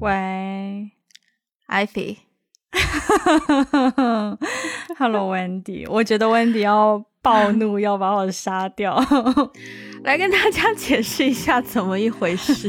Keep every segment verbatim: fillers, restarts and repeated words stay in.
喂 Ivy Hello Wendy 我觉得 Wendy 要暴怒要把我杀掉来跟大家解释一下怎么一回事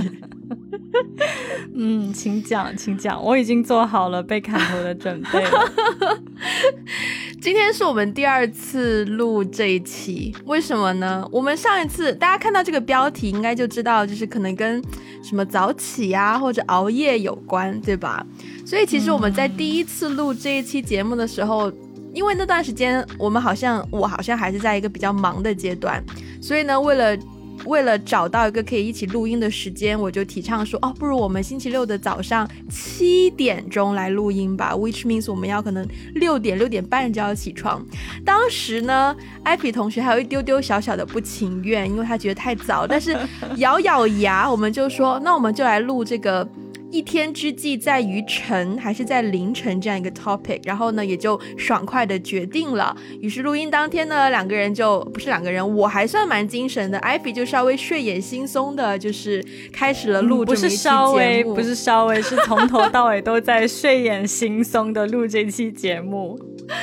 嗯，请讲请讲，我已经做好了被砍头的准备了今天是我们第二次录这一期，为什么呢？我们上一次大家看到这个标题应该就知道，就是可能跟什么早起啊或者熬夜有关，对吧？所以其实我们在第一次录这一期节目的时候、嗯、因为那段时间我们好像我好像还是在一个比较忙的阶段，所以呢为了为了找到一个可以一起录音的时间，我就提倡说哦，不如我们星期六的早上七点钟来录音吧 which means 我们要可能六点六点半就要起床。当时呢艾比同学还有一丢丢小小的不情愿，因为他觉得太早，但是咬咬牙我们就说那我们就来录这个一天之计在于晨还是在凌晨这样一个 topic， 然后呢也就爽快的决定了。于是录音当天呢两个人就不是两个人，我还算蛮精神的， Ivy 就稍微睡眼惺忪的就是开始了录这么一期节目、嗯、不是稍微不是稍微是从头到尾都在睡眼惺忪的录这期节目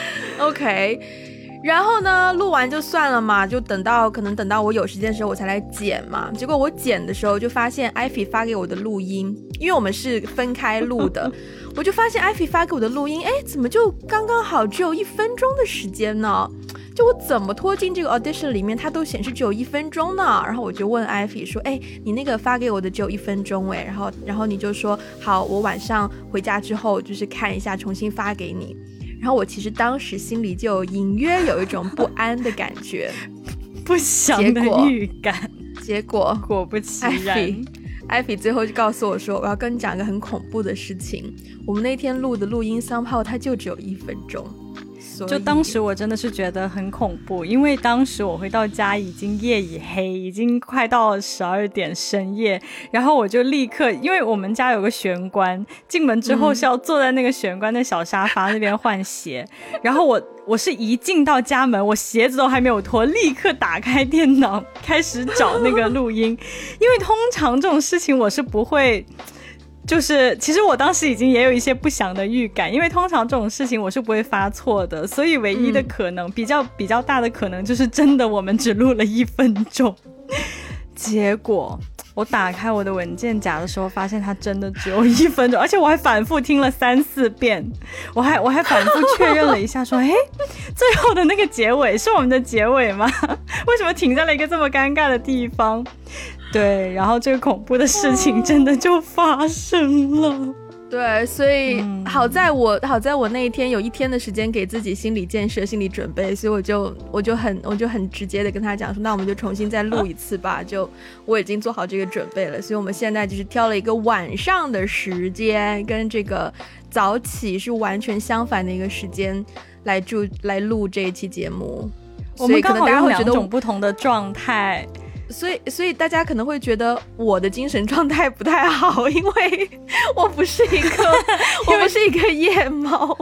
OK，然后呢录完就算了嘛，就等到可能等到我有时间的时候我才来剪嘛。结果我剪的时候就发现 Ivy 发给我的录音，因为我们是分开录的我就发现 Ivy 发给我的录音，哎，怎么就刚刚好只有一分钟的时间呢？就我怎么拖进这个 audition 里面它都显示只有一分钟呢。然后我就问 Ivy 说，哎，你那个发给我的只有一分钟哎，然后然后你就说好，我晚上回家之后就是看一下重新发给你。然后我其实当时心里就有隐约有一种不安的感觉不祥的预感。 结果果不其然 Ivy, Ivy 最后就告诉我说，我要跟你讲一个很恐怖的事情，我们那天录的录音 somehow 它就只有一分钟。 就当时我真的是觉得很恐怖，因为当时我回到家已经夜已黑，已经快到十二点深夜，然后我就立刻，因为我们家有个玄关，进门之后是要坐在那个玄关的小沙发那边换鞋、嗯、然后我我是一进到家门我鞋子都还没有脱，立刻打开电脑开始找那个录音因为通常这种事情我是不会，就是其实我当时已经也有一些不祥的预感，因为通常这种事情我是不会发错的，所以唯一的可能、嗯、比较比较大的可能就是真的我们只录了一分钟结果我打开我的文件夹的时候发现它真的只有一分钟，而且我还反复听了三四遍，我还我还反复确认了一下说，诶，最后的那个结尾是我们的结尾吗？为什么停在了一个这么尴尬的地方？对，然后这个恐怖的事情真的就发生了。 对，所以好在我、嗯、好在我那一天有一天的时间给自己心理建设心理准备，所以我就我就很我就很直接的跟他讲说，那我们就重新再录一次吧就我已经做好这个准备了，所以我们现在就是挑了一个晚上的时间，跟这个早起是完全相反的一个时间来录来录这一期节目。 我们刚好用两种不同的状态， 所以所以大家可能会觉得我的精神状态不太好，因为我不是一个我不是一个夜猫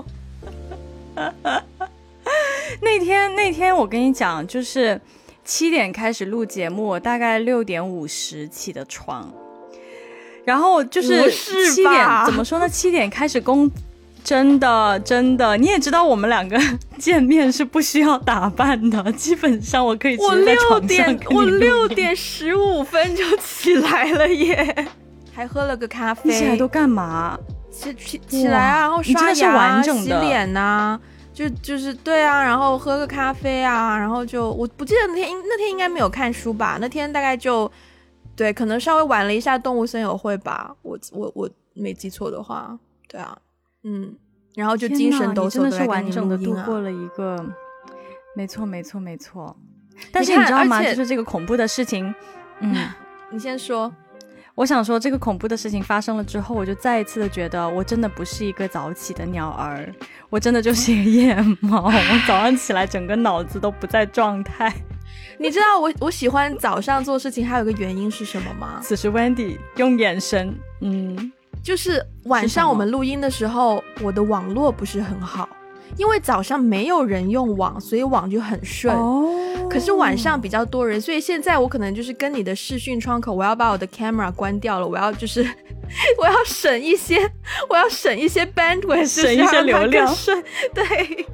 那天那天我跟你讲，就是七点开始录节目，我大概六点五十起的床，然后就是七点怎么说呢，七点开始工真的真的你也知道我们两个见面是不需要打扮的，基本上我可以直接在床上跟你录音。 我六点十五分就起来了耶，还喝了个咖啡。 你起来都干嘛？ 起起起来啊，然后刷牙啊，洗脸啊，就就是对啊，然后喝个咖啡啊，然后就我不记得那天那天应该没有看书吧，那天大概就对，可能稍微晚了一下动物森友会吧，我我我没记错的话，对啊。嗯，然后就精神抖擞的来跟你录音啊，你真的是完整的度过了一个，没错没错没错。但是你知道吗？就是这个恐怖的事情，嗯， 你先说。 我想说，这个恐怖的事情发生了之后，我就再一次的觉得，我真的不是一个早起的鸟儿，我真的就是一个夜猫。我早上起来，整个脑子都不在状态。 你知道我我喜欢早上做事情，还有个原因是什么吗？ 此时 Wendy 用眼神，嗯。 就是晚上我们录音的时候我的网络不是很好，因为早上没有人用网，所以网就很顺、哦、 可是晚上比较多人，所以现在我可能就是跟你的视讯窗口，我要把我的 camera 关掉了，我要就是我要省一些，我要省一些 bandwidth， 省一些流量， 对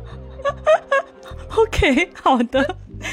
，OK， 好的。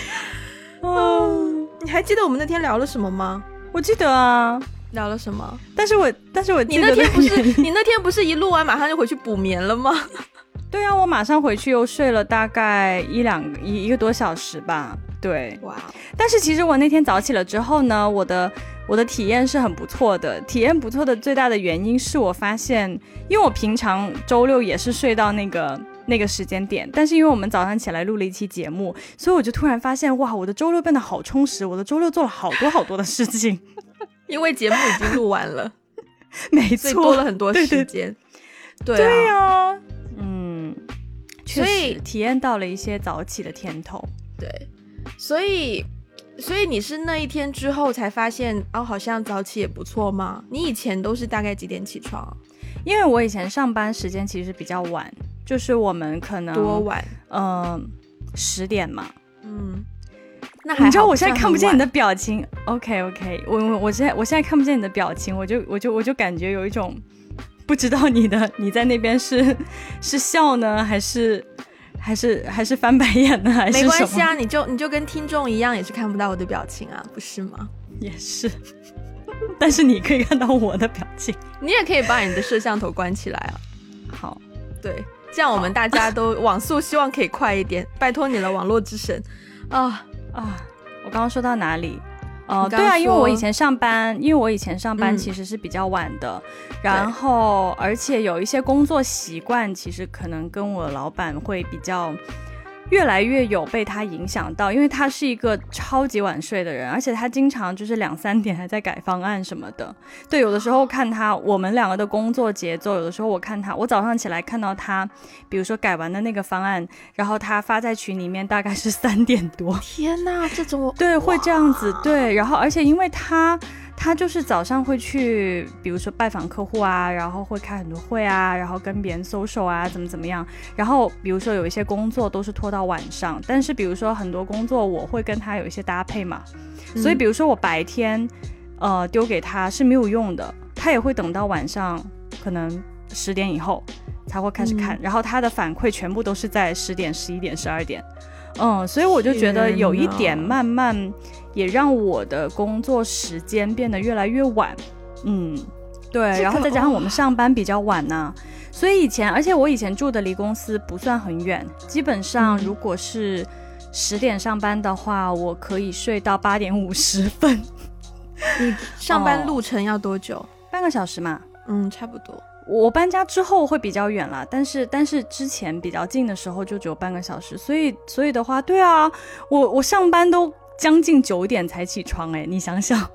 嗯，你还记得我们那天聊了什么吗？ 我记得啊。 聊了什么？ 但是我但是我记得你那天不是你那天不是一录完马上就回去补眠了吗？ 对啊，我马上回去又睡了大概一两一一个多小时吧。对，哇！但是其实我那天早起了之后呢，我的我的体验是很不错的。体验不错的最大的原因是我发现，因为我平常周六也是睡到那个那个时间点，但是因为我们早上起来录了一期节目，所以我就突然发现，哇，我的周六变得好充实，我的周六做了好多好多的事情。 因为节目已经录完了， 没错， 所以多了很多时间。对对啊，对啊，嗯，确实体验到了一些早起的甜头。 对，所以所以你是那一天之后才发现哦，好像早起也不错吗？你以前都是大概几点起床？ 因为我以前上班时间其实比较晚，就是我们可能多晚？ 嗯、呃，十点嘛。嗯。 那还好， 你知道我现在看不见你的表情 ，OK OK， 我我我现在我现在看不见你的表情，我就我就我就感觉有一种不知道你的你在那边是是笑呢，还是还是还是翻白眼呢，还是什么？ 没关系啊，你就你就跟听众一样，也是看不到我的表情啊，不是吗？ 也是，但是你可以看到我的表情， 你也可以把你的摄像头关起来啊。 好， 对，这样我们大家都网速希望可以快一点，拜托你了，网络之神啊。 啊，我刚刚说到哪里？呃，对啊，因为我以前上班，因为我以前上班其实是比较晚的，嗯、然后而且有一些工作习惯，其实可能跟我老板会比较越来越有被他影响到，因为他是一个超级晚睡的人，而且他经常就是两三点还在改方案什么的。对，有的时候看他我们两个的工作节奏，有的时候我看他，我早上起来看到他，比如说改完的那个方案，然后他发在群里面大概是三点多。 天哪，这种对会这样子，对，然后而且因为他。他就是早上会去比如说拜访客户啊，然后会开很多会啊，然后跟别人 social 啊，怎么怎么样，然后比如说有一些工作都是拖到晚上，但是比如说很多工作我会跟他有一些搭配嘛、嗯、所以比如说我白天呃丢给他是没有用的，他也会等到晚上可能十点以后才会开始看、嗯、然后他的反馈全部都是在十点十一点十二点。嗯，所以我就觉得有一点慢慢也让我的工作时间变得越来越晚。嗯，对，然后再加上我们上班比较晚呢、啊哦、所以以前而且我以前住的离公司不算很远，基本上如果是十点上班的话、嗯、我可以睡到八点五十分。 你上班路程要多久、哦、 半个小时嘛。 嗯，差不多。 我搬家之后会比较远啦，但是但是之前比较近的时候就只有半个小时，所以所以的话，对啊，我我上班都将近九点才起床，哎，你想想，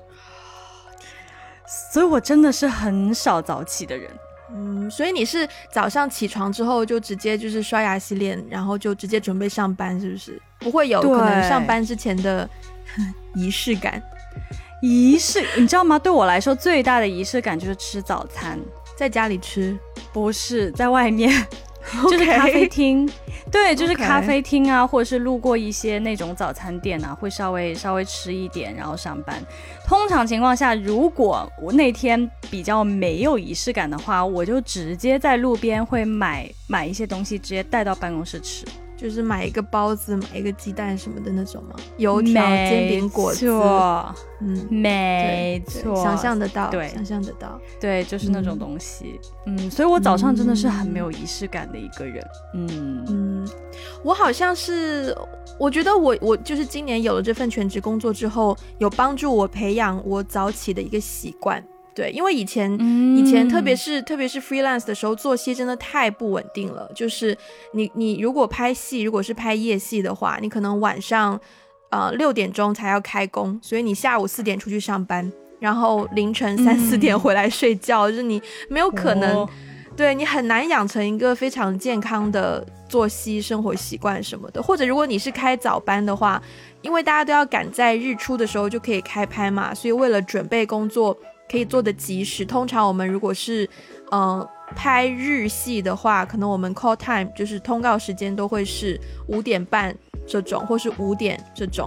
所以我真的是很少早起的人。 嗯，所以你是早上起床之后就直接就是刷牙洗脸，然后就直接准备上班，是不是？不会有可能上班之前的仪式感？ 仪式，你知道吗？对我来说，最大的仪式感就是吃早餐。 在家里吃？ 不是，在外面就是咖啡厅。对，就是咖啡厅啊，或者是路过一些那种早餐店啊，会稍微稍微吃一点然后上班。通常情况下，如果我那天比较没有仪式感的话，我就直接在路边会买买一些东西直接带到办公室吃， 就是买一个包子，买一个鸡蛋什么的那种吗？油条、煎饼、果子。 嗯，没错， 想象得到， 对， 想象得到， 对，就是那种东西。嗯, 嗯，所以我早上真的是很没有仪式感的一个人。嗯嗯，我好像是，我觉得我我就是今年有了这份全职工作之后，有帮助我培养我早起的一个习惯。对，因为以前、嗯、以前特别是特别是 freelance 的时候，作息真的太不稳定了。就是你你如果拍戏，如果是拍夜戏的话，你可能晚上呃六点钟才要开工，所以你下午四点出去上班，然后凌晨三四点回来睡觉，嗯、就是你没有可能，哦、对你很难养成一个非常健康的作息生活习惯什么的。或者如果你是开早班的话，因为大家都要赶在日出的时候就可以开拍嘛，所以为了准备工作可以做的及时，通常我们如果是呃拍日戏的话，可能我们 call time 就是通告时间都会是五点半这种，或是五点这种。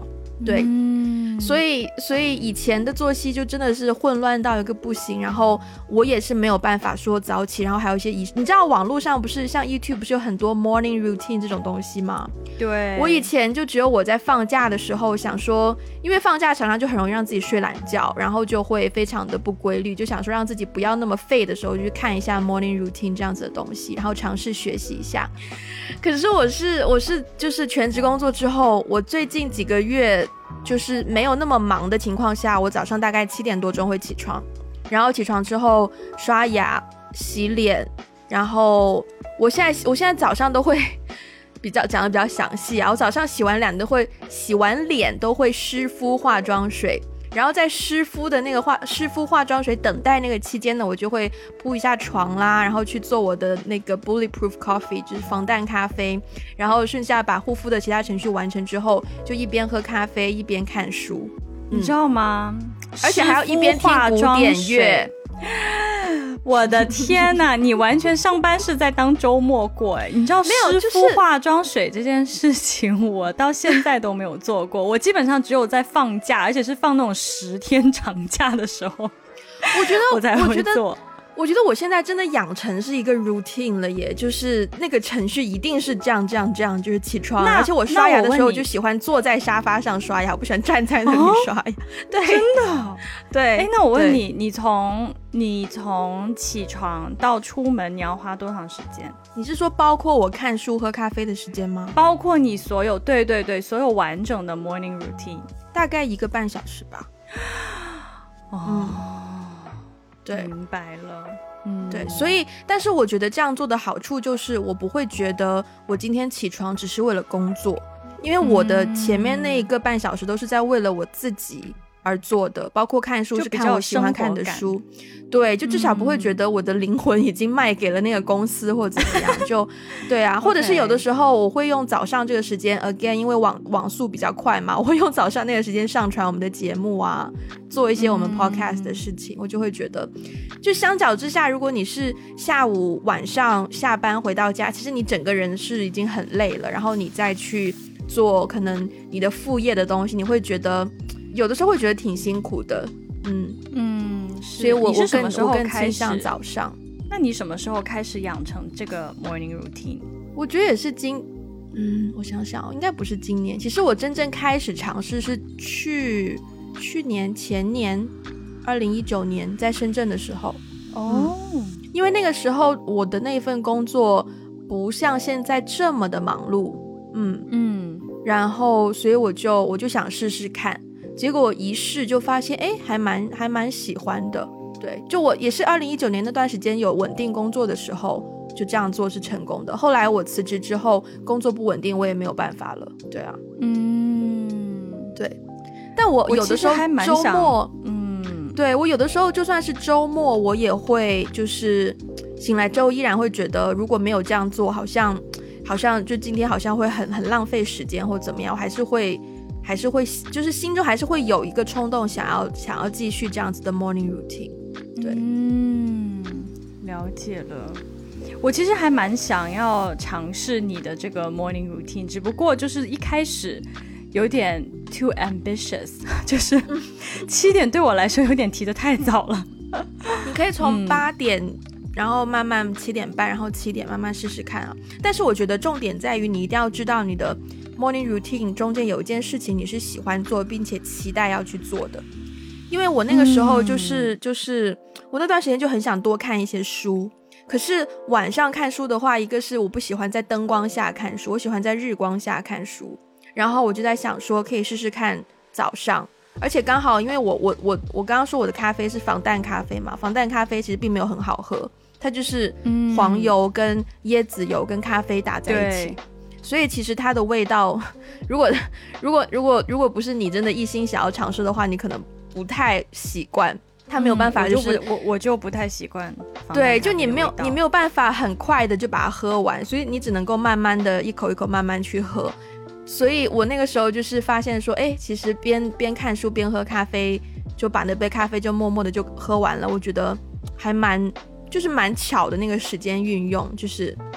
对。 嗯， 所以所以以前的作息就真的是混乱到一个不行，然后我也是没有办法说早起，然后还有一些仪式。你知道网络上不是像 YouTube 不是有很多 morning routine 这种东西吗？ 对， 我以前就只有我在放假的时候想说，因为放假常常就很容易让自己睡懒觉，然后就会非常的不规律，就想说让自己不要那么废的时候就去看一下 morning routine 这样子的东西，然后尝试学习一下。可是我是我是就是全职工作之后，我最近几个月就是没有那么忙的情况下，我早上大概七点多钟会起床，然后起床之后刷牙洗脸，然后我现在我现在早上都会比较讲的比较详细啊，我早上洗完脸都会洗完脸都会湿敷化妆水，然后在湿敷的那个化湿敷化妆水等待那个期间呢，我就会铺一下床啦，然后去做我的那个 Bulletproof Coffee 就是防弹咖啡，然后剩下把护肤的其他程序完成之后，就一边喝咖啡一边看书， 你知道吗？ 而且还要一边听古典乐。 我的天哪，你完全上班是在当周末过哎！你知道湿敷化妆水这件事情，我到现在都没有做过。我基本上只有在放假，而且是放那种十天长假的时候， 我觉得我才会做。 我觉得我现在真的养成是一个 routine 了耶，就是那个程序一定是这样这样这样，就是起床，而且我刷牙的时候我就喜欢坐在沙发上刷牙，我不喜欢站在那里刷牙。哦、对， 真的。 对， 哎，那我问你，你从你从起床到出门，你要花多长时间？ 你是说包括我看书喝咖啡的时间吗？ 包括你所有，对对对，所有完整的 morning routine， 大概一个半小时吧。 哦。 嗯，对， 明白了。嗯， 对，所以但是我觉得这样做的好处就是我不会觉得我今天起床只是为了工作，因为我的前面那一个半小时都是在为了我自己而做的，包括看书是看我喜欢看的书，对，就至少不会觉得我的灵魂已经卖给了那个公司或者怎么样，就对啊，或者是有的时候我会用早上这个时间 again， 因为网网速比较快嘛，我会用早上那个时间上传我们的节目啊，做一些我们 podcast 的事情，嗯、我就会觉得，就相较之下，如果你是下午晚上下班回到家，其实你整个人是已经很累了，然后你再去做可能你的副业的东西，你会觉得。有的时候会觉得挺辛苦的，嗯嗯， 所以我你是什么时候我更倾向早上。 那你什么时候开始养成这个 morning routine？ 我觉得也是今，嗯，我想想，应该不是今年。其实我真正开始尝试是去去年前年，二零一九年在深圳的时候。 哦、 嗯，因为那个时候我的那份工作不像现在这么的忙碌，嗯嗯，然后所以我就我就想试试看。结果一试就发现，哎，还蛮还蛮喜欢的。对，就我也是二零一九年那段时间有稳定工作的时候，就这样做是成功的。后来我辞职之后，工作不稳定，我也没有办法了。对啊， 嗯， 对。但我有的时候周末， 嗯， 对我有的时候就算是周末，我也会就是醒来之后依然会觉得，如果没有这样做，好像好像就今天好像会很很浪费时间或怎么样，我还是会。还是会就是心中还是会有一个冲动想要想要继续这样子的 morning routine。 对， 嗯，了解了。我其实还蛮想要尝试你的这个 morning routine， 只不过就是一开始有点 too ambitious， 就是七点对我来说有点提得太早了。 你可以从八点、嗯、然后慢慢七点半，然后七点慢慢试试看啊。但是我觉得重点在于你一定要知道你的morning routine 中间有一件事情你是喜欢做并且期待要去做的。因为我那个时候就是、嗯、就是我那段时间就很想多看一些书，可是晚上看书的话，一个是我不喜欢在灯光下看书，我喜欢在日光下看书，然后我就在想说可以试试看早上，而且刚好因为我我我我刚刚说我的咖啡是防弹咖啡嘛，防弹咖啡其实并没有很好喝，它就是黄油跟椰子油跟咖啡打在一起，所以其实它的味道，如果如果如果如果不是你真的一心想要尝试的话，你可能不太习惯，它没有办法，就是、 嗯、我, 我, 我就不太习惯。 对，就你没有你没有办法很快的就把它喝完，所以你只能够慢慢的一口一口慢慢去喝。所以我那个时候就是发现说，哎，其实边边看书边喝咖啡，就把那杯咖啡就默默的就喝完了。我觉得还蛮就是蛮巧的那个时间运用，就是。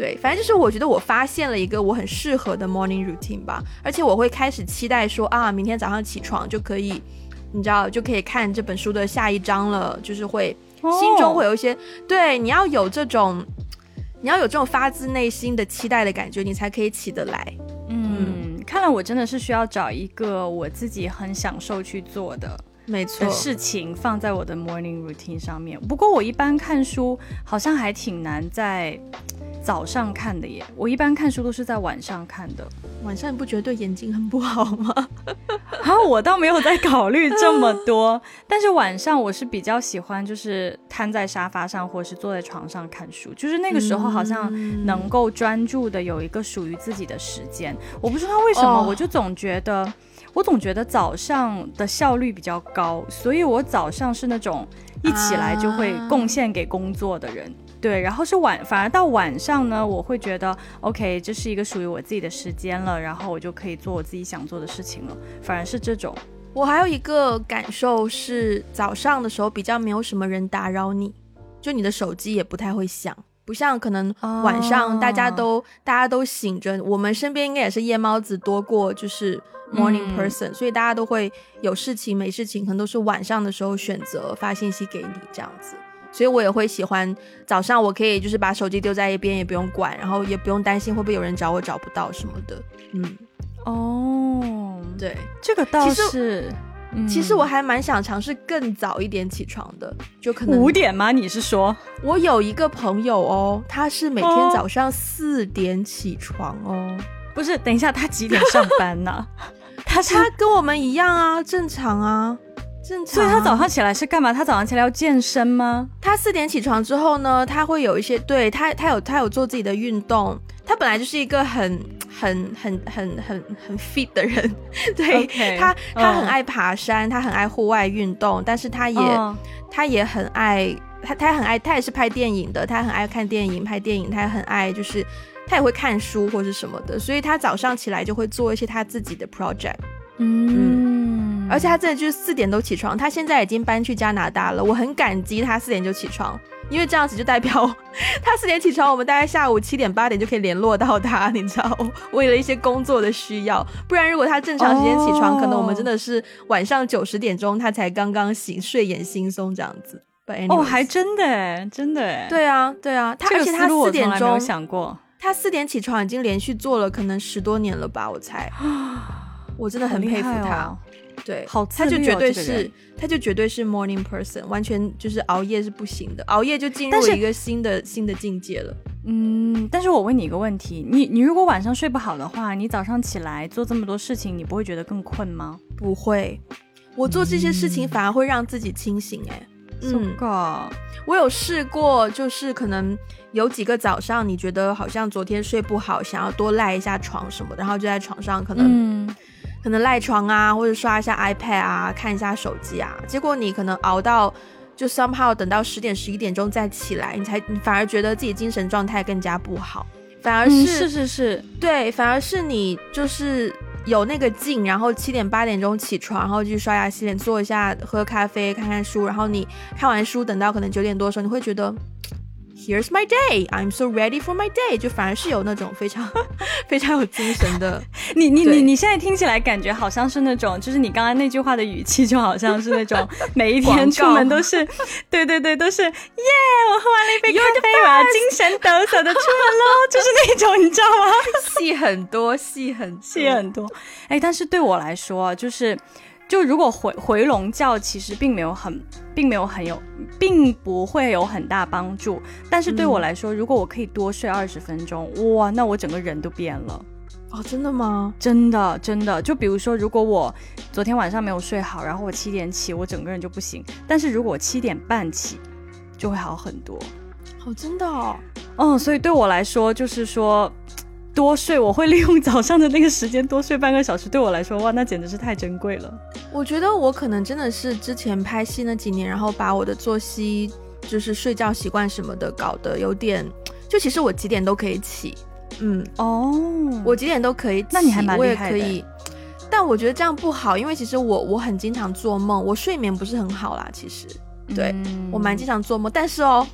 对，反正就是我觉得我发现了一个我很适合的 morning routine 吧，而且我会开始期待说啊，明天早上起床就可以，你知道就可以看这本书的下一章了，就是会心中会有一些、哦、对，你要有这种你要有这种发自内心的期待的感觉，你才可以起得来。 嗯，嗯看来我真的是需要找一个我自己很享受去做的没错的事情放在我的 morning routine 上面。不过我一般看书好像还挺难在早上看的耶，我一般看书都是在晚上看的。 晚上你不觉得对眼睛很不好吗？ 好，我倒没有在考虑这么多但是晚上我是比较喜欢就是瘫在沙发上或者是坐在床上看书，就是那个时候好像能够专注的有一个属于自己的时间、嗯、我不知道为什么、哦、我就总觉得我总觉得早上的效率比较高，所以我早上是那种一起来就会贡献给工作的人、啊、对，然后是晚反而到晚上呢我会觉得 OK 这是一个属于我自己的时间了，然后我就可以做我自己想做的事情了，反而是这种。 我还有一个感受是早上的时候比较没有什么人打扰你，就你的手机也不太会响，不像可能晚上大家都、oh. 大家都醒着，我们身边应该也是夜猫子多过就是 morning person、嗯、所以大家都会有事情没事情可能都是晚上的时候选择发信息给你这样子，所以我也会喜欢早上我可以就是把手机丢在一边也不用管，然后也不用担心会不会有人找我找不到什么的。嗯， 哦， 对， 这个倒是其 实,、嗯、其实我还蛮想尝试更早一点起床的，就可能五点吗？你是说？ 我有一个朋友哦，他是每天早上四点起床哦。哦不是，等一下，他几点上班呢、啊？ 他是他跟我们一样啊，正常啊。正常、啊、 所以他早上起来是干嘛？他早上起来要健身吗？ 他四点起床之后呢，他会有一些对他他有他有做自己的运动。他本来就是一个很很很很很很 fit 的人，对、okay, 他他很爱爬山， oh. 他很爱户外运动，但是他也、oh. 他也很爱他他很爱他也是拍电影的，他很爱看电影拍电影，他很爱就是他也会看书或是什么的，所以他早上起来就会做一些他自己的 project。嗯, 嗯，而且他真的就是四点都起床，他现在已经搬去加拿大了，我很感激他四点就起床，因为这样子就代表他四点起床，我们大概下午七点八点就可以联络到他，你知道，为了一些工作的需要，不然如果他正常时间起床、oh. 可能我们真的是晚上九十点钟他才刚刚醒，睡眼惺忪这样子。 哦、oh, 还真的耶，真的耶。 对啊对啊，他、 这个、 而且他四点钟我从来没有想过，他四点起床已经连续做了可能十多年了吧，我猜我真的很佩服他、哦、对， 好自律哦， 他就绝对是、 这个、他就绝对是 morning person， 完全就是熬夜是不行的，熬夜就进入一个新的新的境界了。 嗯，但是我问你一个问题，你你如果晚上睡不好的话，你早上起来做这么多事情，你不会觉得更困吗？ 不会，我做这些事情反而会让自己清醒耶、欸嗯嗯， 我有试过，就是可能有几个早上你觉得好像昨天睡不好，想要多赖一下床什么的，然后就在床上可能、嗯、可能赖床啊，或者刷一下 iPad 啊，看一下手机啊，结果你可能熬到就 somehow 等到十点十一点钟再起来，你才你反而觉得自己精神状态更加不好，反而是、嗯、 是是是， 对，反而是你就是有那个劲，然后七点八点钟起床，然后去刷牙洗脸，做一下喝咖啡看看书，然后你看完书等到可能九点多的时候，你会觉得 Here's my day, I'm so ready for my day， 就反而是有那种非常非常有精神的你你你你现在听起来感觉好像是那种，就是你刚刚那句话的语气就好像是那种每一天出门都是对对对都是耶、yeah, 我喝完了一杯咖啡我要精神抖擞的出门咯就是那种，你知道吗？ 戏很多戏很多戏很多哎，但是对我来说就是就如果回回笼觉其实并没有很并没有很有并不会有很大帮助，但是对我来说、嗯、如果我可以多睡二十分钟，哇那我整个人都变了。 哦，真的吗？ 真的真的，就比如说如果我昨天晚上没有睡好，然后我七点起，我整个人就不行，但是如果我七点半起就会好很多。 哦，真的哦。 嗯，所以对我来说就是说多睡，我会利用早上的那个时间多睡半个小时，对我来说哇那简直是太珍贵了。 我觉得我可能真的是之前拍戏那几年，然后把我的作息就是睡觉习惯什么的搞得有点，就其实我几点都可以起。嗯哦， 我几点都可以起， 那你还蛮厉害的。 我也可以，但我觉得这样不好，因为其实我我很经常做梦，我睡眠不是很好啦其实对、嗯、我蛮经常做梦，但是哦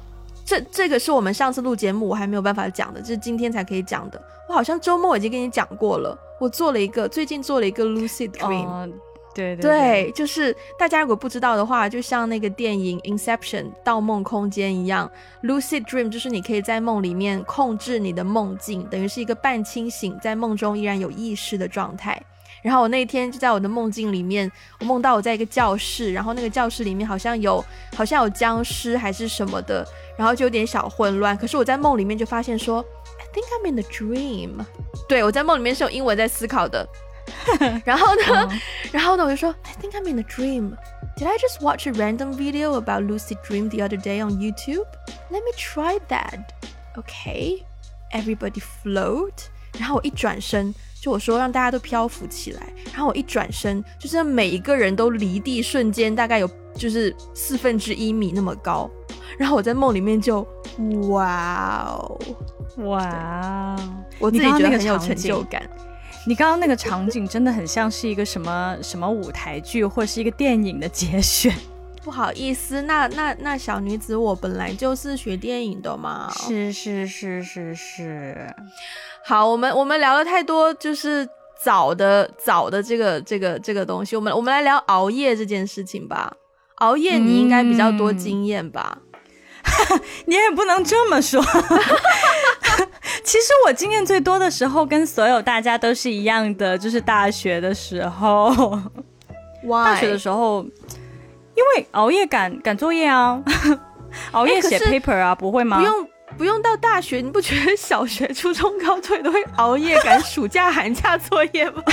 这这个是我们上次录节目我还没有办法讲的，这是今天才可以讲的。我好像周末已经跟你讲过了，我做了一个最近做了一个 lucid dream、哦、 对对对, 对，就是大家如果不知道的话，就像那个电影 Inception 盗梦空间一样， lucid dream 就是你可以在梦里面控制你的梦境，等于是一个半清醒在梦中依然有意识的状态。然后我那天就在我的梦境里面，我梦到我在一个教室，然后那个教室里面好像有好像有僵尸还是什么的，然后就有点小混乱。可是我在梦里面就发现说 I think I'm in a dream， 对，我在梦里面是用英文在思考的然后呢、oh. 然后呢我就说 I think I'm in a dream. Did I just watch a random video about lucid dream the other day on YouTube? Let me try that. Okay, everybody float. 然后我一转身，就我说让大家都漂浮起来，然后我一转身，就是每一个人都离地瞬间大概有就是四分之一米那么高，然后我在梦里面就哇哦哇哦， 我自己觉得很有成就感。 你刚刚那个场景真的很像是一个什么什么舞台剧或是一个电影的节选。 不好意思，那那那小女子我本来就是学电影的嘛。 是是是是是。 好，我们我们聊了太多就是早的早的这个这个这个东西，我们我们来聊熬夜这件事情吧。熬夜你应该比较多经验吧？ 嗯、你也不能这么说。其实我经验最多的时候跟所有大家都是一样的，就是大学的时候。 Why? 大学的时候因为熬夜赶赶作业啊，熬夜写 paper 啊、欸、不会吗？ 不用不用到大学，你不觉得小学初中高中都会熬夜赶暑假寒假作业吗？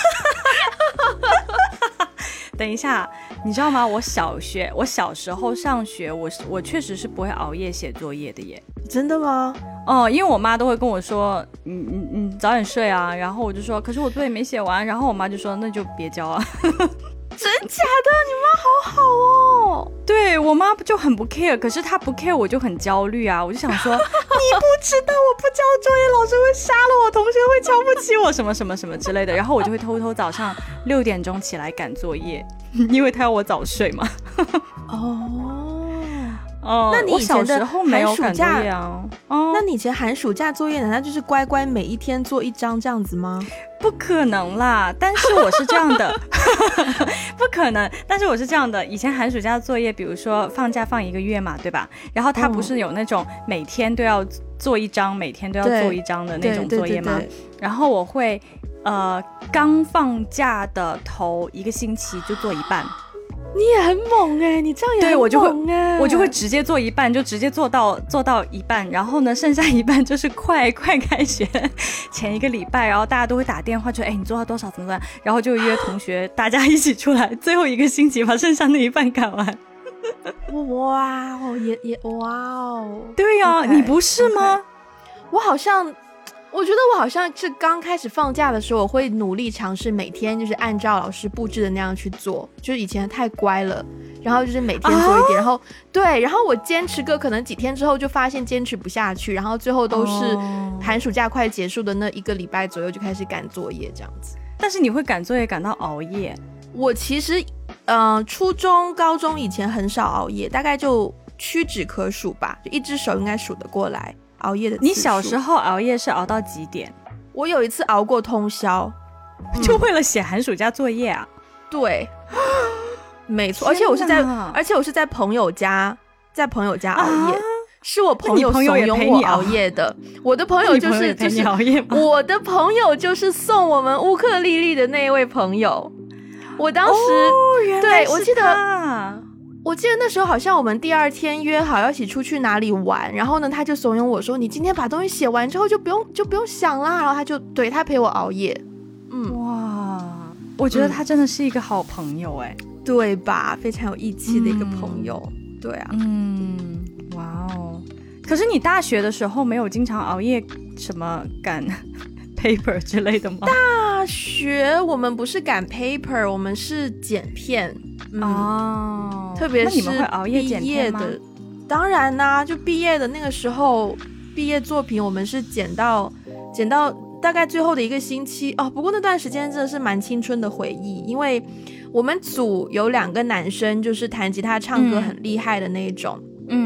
等一下，你知道吗？我小学我小时候上学，我我确实是不会熬夜写作业的耶。 真的吗？ 哦，因为我妈都会跟我说你你你早点睡啊，然后我就说可是我作业没写完，然后我妈就说那就别交啊。 真假的？你妈好好哦。 对，我妈就很不 care， 可是她不 care 我就很焦虑啊，我就想说你不知道我不交作业老师会杀了我，同学会瞧不起我什么什么什么之类的，然后我就会偷偷早上六点钟起来赶作业，因为她要我早睡嘛。 哦哦， 那你以前的寒暑假啊？哦， 那你以前寒暑假作业难道就是乖乖每一天做一张这样子吗？ 不可能啦，但是我是这样的。不可能，但是我是这样的，以前寒暑假作业比如说放假放一个月嘛，对吧？然后他不是有那种每天都要做一张、嗯、每天都要做一张的那种作业吗？然后我会呃刚放假的头一个星期就做一半。 你也很猛哎、欸，你这样也很猛哎、欸， 对，我就会我就会直接做一半，就直接做到做到一半，然后呢，剩下一半就是快快开学前一个礼拜，然后大家都会打电话说，哎，你做到多少怎么办？然后就约同学大家一起出来，最后一个星期把剩下那一半赶完。 哇哦，也也哇哦， 对呀、啊， okay, 你不是吗？ okay. 我好像。我觉得我好像是刚开始放假的时候，我会努力尝试每天就是按照老师布置的那样去做，就是以前太乖了，然后就是每天做一点、啊、然后对，然后我坚持个可能几天之后就发现坚持不下去，然后最后都是寒暑假快结束的那一个礼拜左右就开始赶作业这样子。 但是你会赶作业赶到熬夜？ 我其实呃初中高中以前很少熬夜，大概就屈指可数吧，就一只手应该数得过来熬夜的次数。 你小时候熬夜是熬到几点？ 我有一次熬过通宵， 就为了写寒暑假作业啊？ 对，没错，而且我是在，而且我是在朋友家，在朋友家熬夜，啊、是我朋友怂恿我熬夜的。我的朋友就是就是我的朋友就是送我们乌克丽丽的那一位朋友。我当时、 哦、原来是他。 对，我记得。我记得那时候好像我们第二天约好要一起出去哪里玩，然后呢他就怂恿我说你今天把东西写完之后就不用就不用想啦，然后他就对他陪我熬夜。 嗯，哇，我觉得他真的是一个好朋友哎、嗯， 对吧？非常有义气的一个朋友、嗯、对啊。 嗯，哇哦。可是你大学的时候没有经常熬夜什么赶 paper 之类的吗？ 大学我们不是赶 paper， 我们是剪片。嗯、哦，特别是那你们会熬夜剪片吗？ 当然啦、啊，就毕业的那个时候，毕业作品我们是剪到剪到大概最后的一个星期哦。不过那段时间真的是蛮青春的回忆，因为我们组有两个男生，就是弹吉他、唱歌很厉害的那一种。嗯，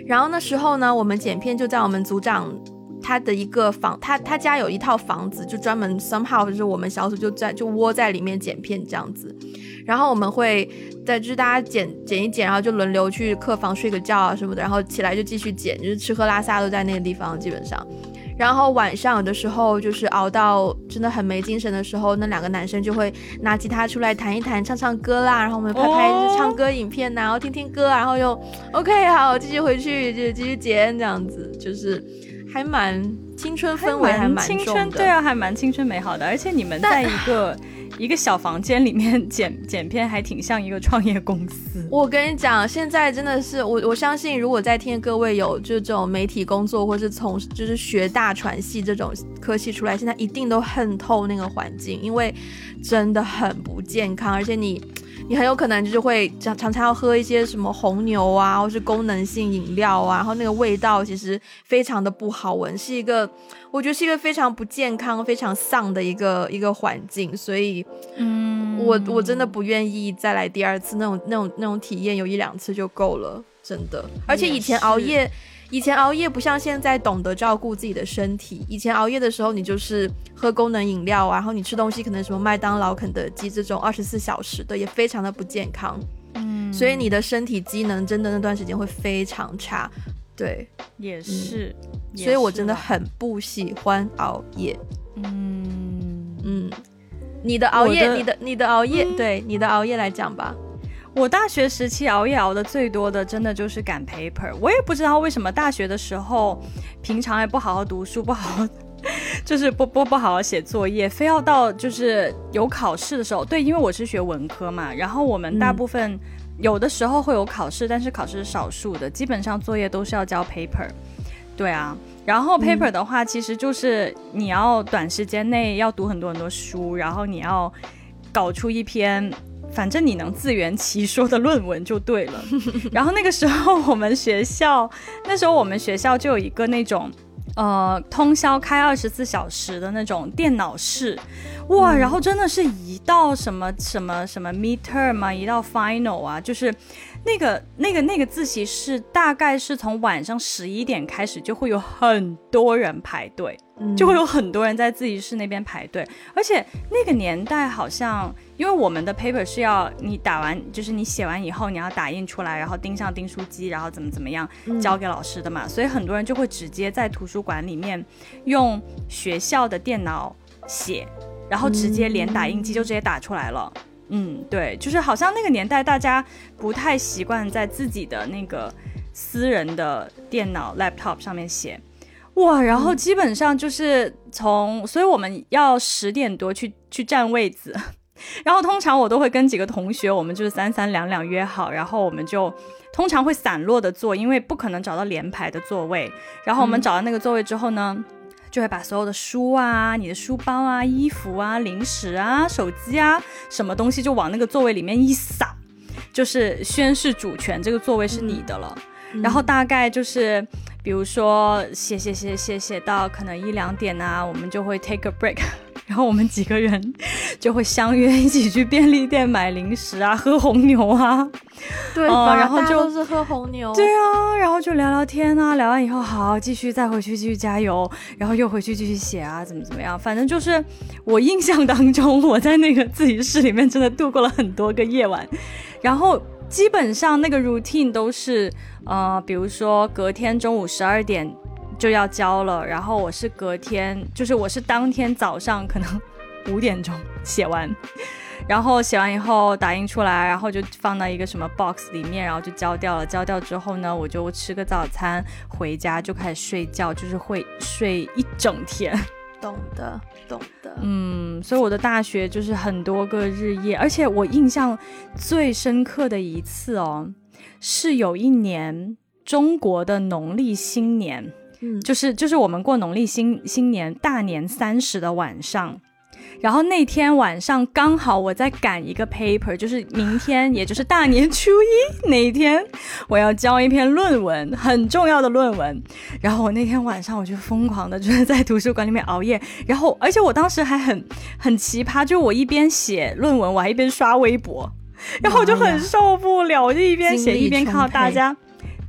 然后那时候呢，我们剪片就在我们组长他的一个房，他他家有一套房子，就专门 somehow 就是我们小组就在就窝在里面剪片这样子。然后我们会在就是大家剪剪一剪，然后就轮流去客房睡个觉啊什么的，然后起来就继续剪，就是吃喝拉撒都在那个地方基本上。然后晚上有的时候就是熬到真的很没精神的时候，那两个男生就会拿吉他出来弹一弹唱唱歌啦，然后我们拍拍就是唱歌影片、啊、然后听听歌，然后又 OK 好继续回去就继续剪这样子，就是还蛮青春氛围还蛮重的， 青春对啊，还蛮青春美好的。而且你们在一个一个小房间里面剪剪片，还挺像一个创业公司。 我跟你讲，现在真的是我我相信，如果在听各位有就这种媒体工作，或是从就是学大传系这种科系出来，现在一定都恨透那个环境，因为真的很不健康，而且你。你很有可能就是会常常要喝一些什么红牛啊，或是功能性饮料啊，然后那个味道其实非常的不好闻，是一个我觉得是一个非常不健康、非常丧的一个一个环境，所以，嗯，我我真的不愿意再来第二次那种那种那种体验，有一两次就够了，真的。而且以前熬夜。以前熬夜不像现在懂得照顾自己的身体，以前熬夜的时候你就是喝功能饮料啊，然后你吃东西可能什么麦当劳、肯德基这种二十四小时的，也非常的不健康，嗯，所以你的身体机能真的那段时间会非常差，对， 也是、嗯、也是， 所以我真的很不喜欢熬夜， 嗯嗯，你的熬夜，你的你的熬夜、嗯，对，你的熬夜来讲吧。 我大学时期熬夜熬的最多的真的就是赶 paper， 我也不知道为什么大学的时候平常也不好好读书，不好好就是不不不好好写作业，非要到就是有考试的时候，对，因为我是学文科嘛，然后我们大部分有的时候会有考试、嗯、但是考试是少数的，基本上作业都是要交 paper， 对啊，然后 paper 的话、嗯、其实就是你要短时间内要读很多很多书，然后你要搞出一篇反正你能自圆其说的论文就对了。然后那个时候我们学校那时候我们学校就有一个那种呃通宵开二十四小时的那种电脑室，哇、嗯、然后真的是一到什么什么什么 midterm 啊，一到 final 啊，就是那个那个那个自习室大概是从晚上十一点开始就会有很多人排队、嗯、就会有很多人在自习室那边排队，而且那个年代好像因为我们的 paper 是要你打完就是你写完以后你要打印出来，然后钉上订书机，然后怎么怎么样交给老师的嘛、嗯、所以很多人就会直接在图书馆里面用学校的电脑写，然后直接连打印机就直接打出来了。嗯，对，就是好像那个年代大家不太习惯在自己的那个私人的电脑 laptop 上面写，哇，然后基本上就是从，所以我们要十点多去去占位子，然后通常我都会跟几个同学，我们就是三三两两约好，然后我们就通常会散落的坐，因为不可能找到连排的座位，然后我们找到那个座位之后呢、嗯就会把所有的书啊、你的书包啊、衣服啊、零食啊、手机啊什么东西就往那个座位里面一撒，就是宣示主权，这个座位是你的了、嗯、然后大概就是比如说写写写写写到可能一两点啊，我们就会 take a break， 然后我们几个人就会相约一起去便利店买零食啊，喝红牛啊， 对吧、 嗯、然后就大家都是喝红牛， 对啊，然后就聊聊天啊，聊完以后好继续再回去继续加油，然后又回去继续写啊，怎么怎么样，反正就是我印象当中我在那个自习室里面真的度过了很多个夜晚，然后基本上那个 routine 都是呃，比如说隔天中午十二点就要交了，然后我是隔天就是我是当天早上可能五点钟写完，然后写完以后打印出来，然后就放到一个什么 box 里面，然后就交掉了，交掉之后呢我就吃个早餐回家就开始睡觉，就是会睡一整天。 懂的懂的， 嗯，所以我的大学就是很多个日夜，而且我印象最深刻的一次哦，是有一年中国的农历新年，嗯，就是就是我们过农历新新年大年三十的晚上，然后那天晚上刚好我在赶一个 paper， 就是明天也就是大年初一那一天我要交一篇论文，很重要的论文，然后我那天晚上我就疯狂的就是在图书馆里面熬夜，然后而且我当时还很很奇葩，就我一边写论文我还一边刷微博，然后我就很受不了，我就一边写一边看到大家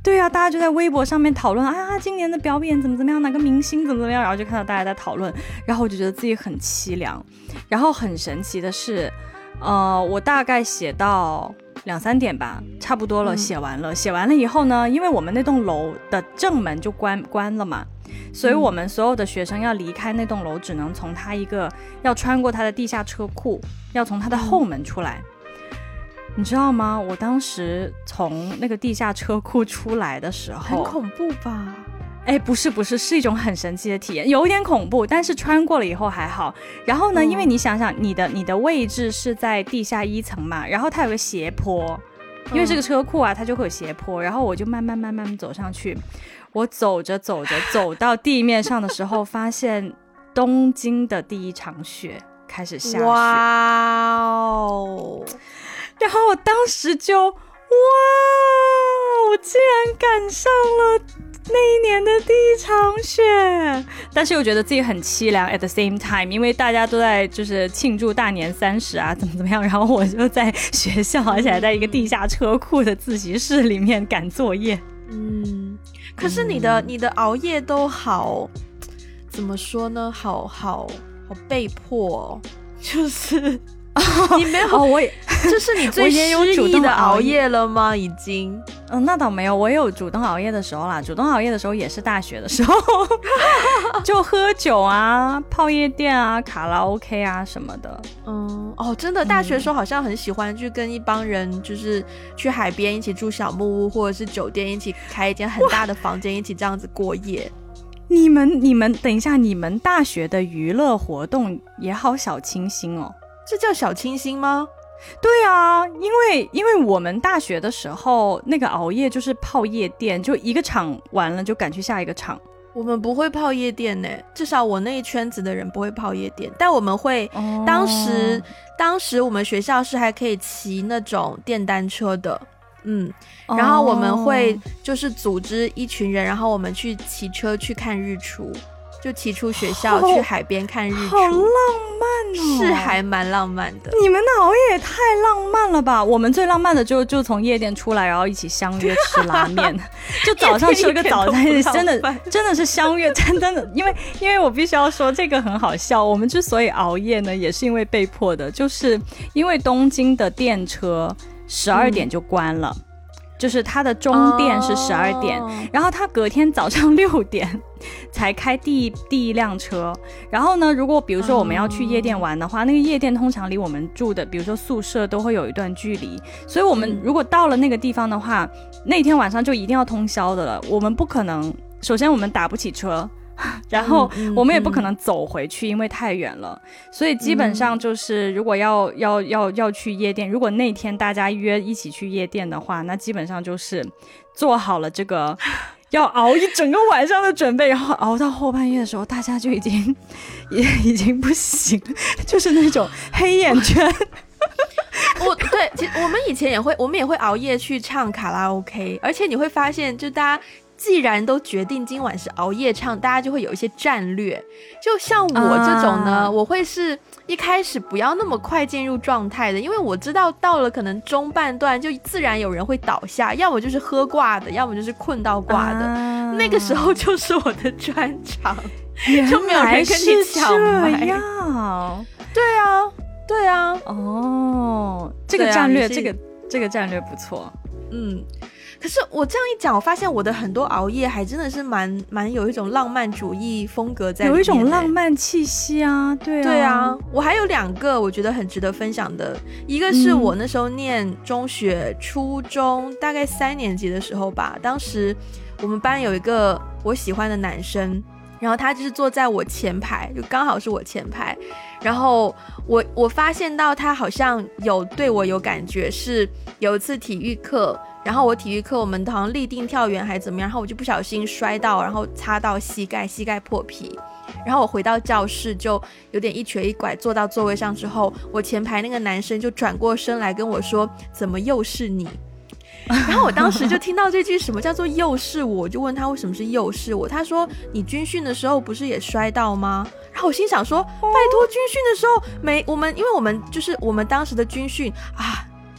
对啊，大家就在微博上面讨论啊，今年的表演怎么怎么样，哪个明星怎么怎么样，然后就看到大家在讨论，然后我就觉得自己很凄凉。然后很神奇的是，呃，我大概写到两三点吧，差不多了， 嗯、 写完了。写完了以后呢，因为我们那栋楼的正门就关关了嘛，所以我们所有的学生要离开那栋楼，只能从它一个要穿过它的地下车库，要从它的后门出来。嗯你知道吗？我当时从那个地下车库出来的时候， 很恐怖吧？ 哎，不是不是，是一种很神奇的体验，有一点恐怖，但是穿过了以后还好。然后呢，嗯、因为你想想，你的你的位置是在地下一层嘛，然后它有个斜坡，因为这个车库啊，它就会有斜坡，然后我就慢慢慢慢走上去。我走着走着走到地面上的时候，发现东京的第一场雪开始下雪。 哇哦！ 然后我当时就哇，我竟然赶上了那一年的第一场雪，但是又觉得自己很凄凉 at the same time， 因为大家都在就是庆祝大年三十啊，怎么怎么样，然后我就在学校，而且还在一个地下车库的自习室里面赶作业。 嗯，可是你的、嗯、你的熬夜都好，怎么说呢？好好好被迫、哦，就是。你没有、 哦、我也这是你最失意的熬夜了吗？已经嗯，那倒没有，我也有主动熬夜的时候啦。主动熬夜的时候也是大学的时候就喝酒啊，泡夜店啊，卡拉 OK 啊什么的。 嗯，哦，真的大学的时候好像很喜欢去跟一帮人就是去海边一起住小木屋，或者是酒店一起开一间很大的房间一起这样子过夜。 你们你们等一下，你们大学的娱乐活动也好小清新哦。 这叫小清新吗？ 对啊，因为因为我们大学的时候那个熬夜就是泡夜店，就一个场完了就赶去下一个场。 我们不会泡夜店呢，至少我那一圈子的人不会泡夜店，但我们会、哦、当时当时我们学校是还可以骑那种电单车的，嗯，然后我们会就是组织一群人，然后我们去骑车去看日出，就骑出学校去海边看日出， 好浪漫哦， 是还蛮浪漫的。 你们的熬夜也太浪漫了吧！我们最浪漫的就就从夜店出来，然后一起相约吃拉面，就早上吃了个早餐，真的真的是相约，真的，因为因为我必须要说这个很好笑。我们之所以熬夜呢，也是因为被迫的，就是因为东京的电车十二点就关了。嗯，就是它的终电是十二点、oh. 然后它隔天早上六点才开第一第一辆车。然后呢，如果比如说我们要去夜店玩的话、oh. 那个夜店通常离我们住的比如说宿舍都会有一段距离，所以我们如果到了那个地方的话、嗯、那天晚上就一定要通宵的了。我们不可能，首先我们打不起车，然后我们也不可能走回去、嗯、因为太远了，所以基本上就是如果要要要要去夜店，如果那天大家约一起去夜店的话，那基本上就是做好了这个要熬一整个晚上的准备，然后熬到后半夜的时候大家就已经也已经不行，就是那种黑眼圈我对，其实我们以前也会我们也会熬夜去唱卡拉 OK， 而且你会发现就大家既然都决定今晚是熬夜唱，大家就会有一些战略。就像我这种呢、啊、我会是一开始不要那么快进入状态的，因为我知道到了可能中半段就自然有人会倒下，要么就是喝挂的，要么就是困到挂的、啊、那个时候就是我的专场，就没有人跟你抢麦。对啊对啊， 哦，这个战略、啊、这个这个战略不错。 嗯，可是我这样一讲，我发现我的很多熬夜还真的是蛮蛮有一种浪漫主义风格在里面、欸， 有一种浪漫气息啊，对啊， 对啊。我还有两个我觉得很值得分享的，一个是我那时候念中学、初中，大概三年级的时候吧，当时我们班有一个我喜欢的男生。然后他就是坐在我前排，就刚好是我前排，然后我我发现到他好像有对我有感觉，是有一次体育课，然后我体育课我们好像立定跳远还怎么样，然后我就不小心摔到，然后擦到膝盖，膝盖破皮，然后我回到教室就有点一瘸一拐坐到座位上之后，我前排那个男生就转过身来跟我说，怎么又是你？然后我当时就听到这句什么叫做又是我，我就问他为什么是又是我，他说你军训的时候不是也摔到吗？然后我心想说拜托，军训的时候没我们，因为我们就是我们当时的军训啊，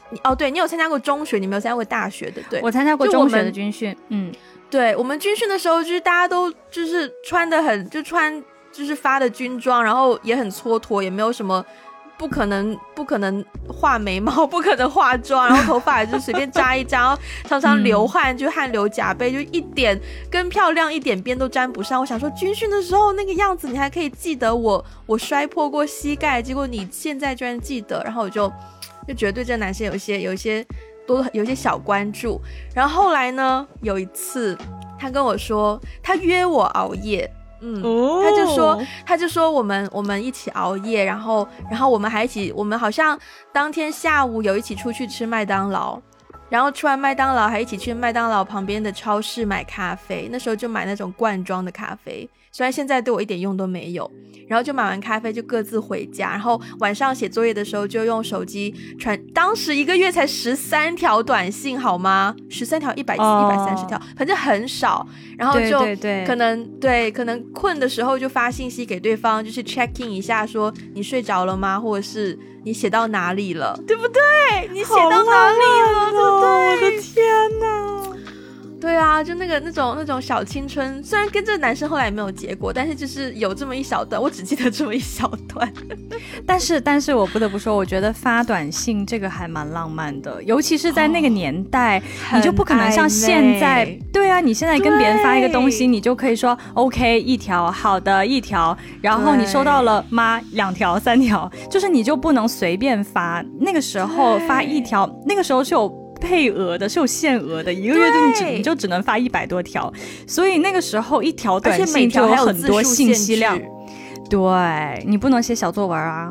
哦，对，你有参加过中学，你没有参加过大学的，对， 我参加过中学的军训，嗯， 对，我们军训的时候，就是大家都就是穿的很，就穿就是发的军装，然后也很蹉跎，也没有什么。不可能，不可能画眉毛，不可能化妆，然后头发也就随便扎一扎，然后常常流汗，就汗流浃背，就一点跟漂亮一点边都沾不上。我想说，军训的时候那个样子，你还可以记得我，我摔破过膝盖，结果你现在居然记得，然后我就就觉得对这个男生有一些有一些多有一些小关注。然后后来呢，有一次他跟我说，他约我熬夜。嗯，哦、他就说，他就说我们我们一起熬夜，然后然后我们还一起，我们好像当天下午有一起出去吃麦当劳，然后吃完麦当劳还一起去麦当劳旁边的超市买咖啡，那时候就买那种罐装的咖啡，虽然现在对我一点用都没有，然后就买完咖啡就各自回家，然后晚上写作业的时候就用手机传，当时一个月才十三条短信好吗？十三条一百一百三十条，反正很少，然后就对对对可能对可能困的时候就发信息给对方，就是 check in 一下说你睡着了吗，或者是你写到哪里了，对不对？你写到哪里了，对不对？ 我的天哪！ 对啊，就那个那种那种小青春，虽然跟这个男生后来也没有结果，但是就是有这么一小段，我只记得这么一小段。 但是但是我不得不说，我觉得发短信这个还蛮浪漫的，尤其是在那个年代，哦、你就不可能像现在，对啊，你现在跟别人发一个东西，你就可以说 OK 一条，好的一条，然后你收到了吗？两条三条，就是你就不能随便发。那个时候发一条，那个时候是有配额的，是有限额的，一个月就你只你就只能发一百多条，所以那个时候一条短信就有很多信息量，对，你不能写小作文啊，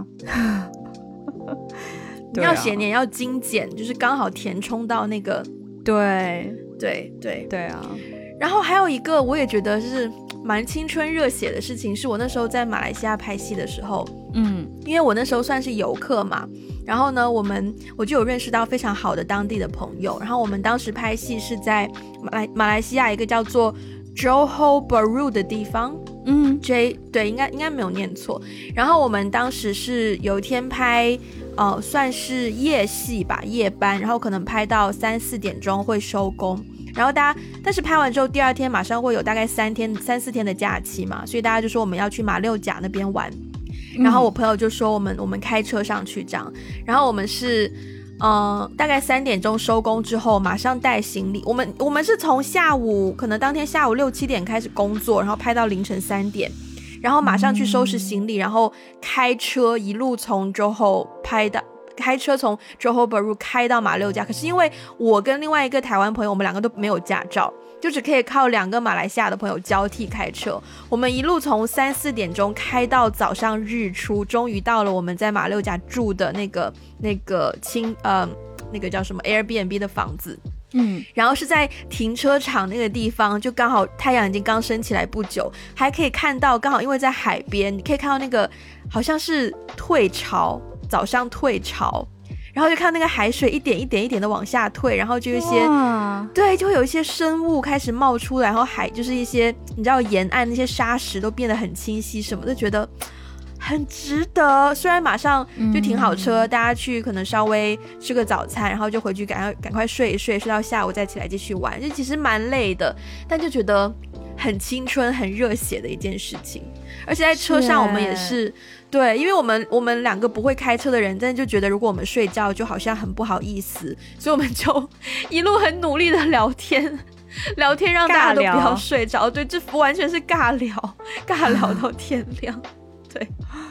你要写你要精简，就是刚好填充到那个， 对对对对啊。 然后还有一个我也觉得是蛮青春热血的事情，是我那时候在马来西亚拍戏的时候，嗯，因为我那时候算是游客嘛，然后呢我们我就有认识到非常好的当地的朋友，然后我们当时拍戏是在马来马来西亚一个叫做 Johor Bahru 的地方，嗯 J 对，应该应该没有念错。然后我们当时是有一天拍呃算是夜戏吧，夜班，然后可能拍到三四点钟会收工，然后大家但是拍完之后第二天马上会有大概三天三四天的假期嘛，所以大家就说我们要去马六甲那边玩，然后我朋友就说我们我们开车上去这样，然后我们是呃大概三点钟收工之后马上带行李，我们我们是从下午可能当天下午六七点开始工作，然后拍到凌晨三点，然后马上去收拾行李，然后开车一路从 Johor 拍到开车从 Johor Bahru 开到马六甲，可是因为我跟另外一个台湾朋友我们两个都没有驾照，就只可以靠两个马来西亚的朋友交替开车，我们一路从三四点钟开到早上日出，终于到了我们在马六甲住的那个那个清呃那个叫什么 Airbnb 的房子，嗯，然后是在停车场那个地方，就刚好太阳已经刚升起来不久，还可以看到刚好因为在海边，你可以看到那个好像是退潮，早上退潮，然后就看到那个海水一点一点一点的往下退，然后就有一些对，就会有一些生物开始冒出来，然后海就是一些你知道沿岸那些沙石都变得很清晰什么的，觉得很值得。虽然马上就停好车、嗯、大家去可能稍微吃个早餐，然后就回去赶快赶快睡一睡，睡到下午再起来继续玩，就其实蛮累的，但就觉得很青春很热血的一件事情。而且在车上我们也是对，因为我们我们两个不会开车的人，但是就觉得如果我们睡觉就好像很不好意思，所以我们就一路很努力的聊天聊天让大家都不要睡着，对，这完全是尬聊尬聊到天亮对，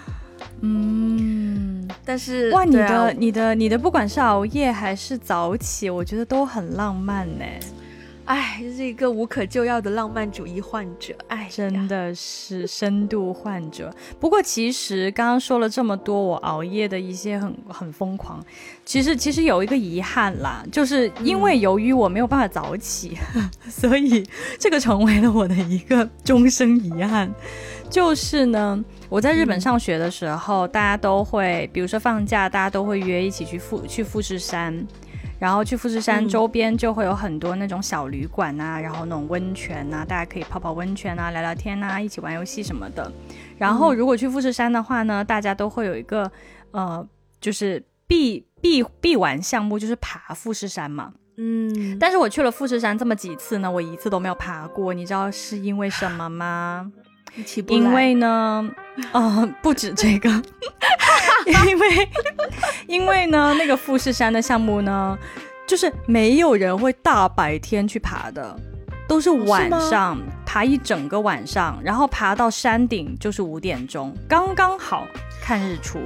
嗯，但是哇，你的、啊、你的你的不管是熬夜还是早起，我觉得都很浪漫呢。 哎，这是一个无可救药的浪漫主义患者，哎， 真的是深度患者。不过其实刚刚说了这么多我熬夜的一些很很疯狂，其实其实有一个遗憾啦，就是因为由于我没有办法早起、嗯、所以这个成为了我的一个终生遗憾。就是呢，我在日本上学的时候、嗯、大家都会比如说放假大家都会约一起去富去富士山，然后去富士山周边就会有很多那种小旅馆啊、嗯、然后那种温泉啊，大家可以泡泡温泉啊，聊聊天啊，一起玩游戏什么的。然后如果去富士山的话呢，大家都会有一个呃就是必必必玩项目就是爬富士山嘛。 嗯， 但是我去了富士山这么几次呢，我一次都没有爬过，你知道是因为什么吗？ 起不来。 因为呢，呃，不止这个，因为因为呢，那个富士山的项目呢，就是没有人会大白天去爬的，都是晚上、哦、是爬一整个晚上，然后爬到山顶就是五点钟，刚刚好看日出。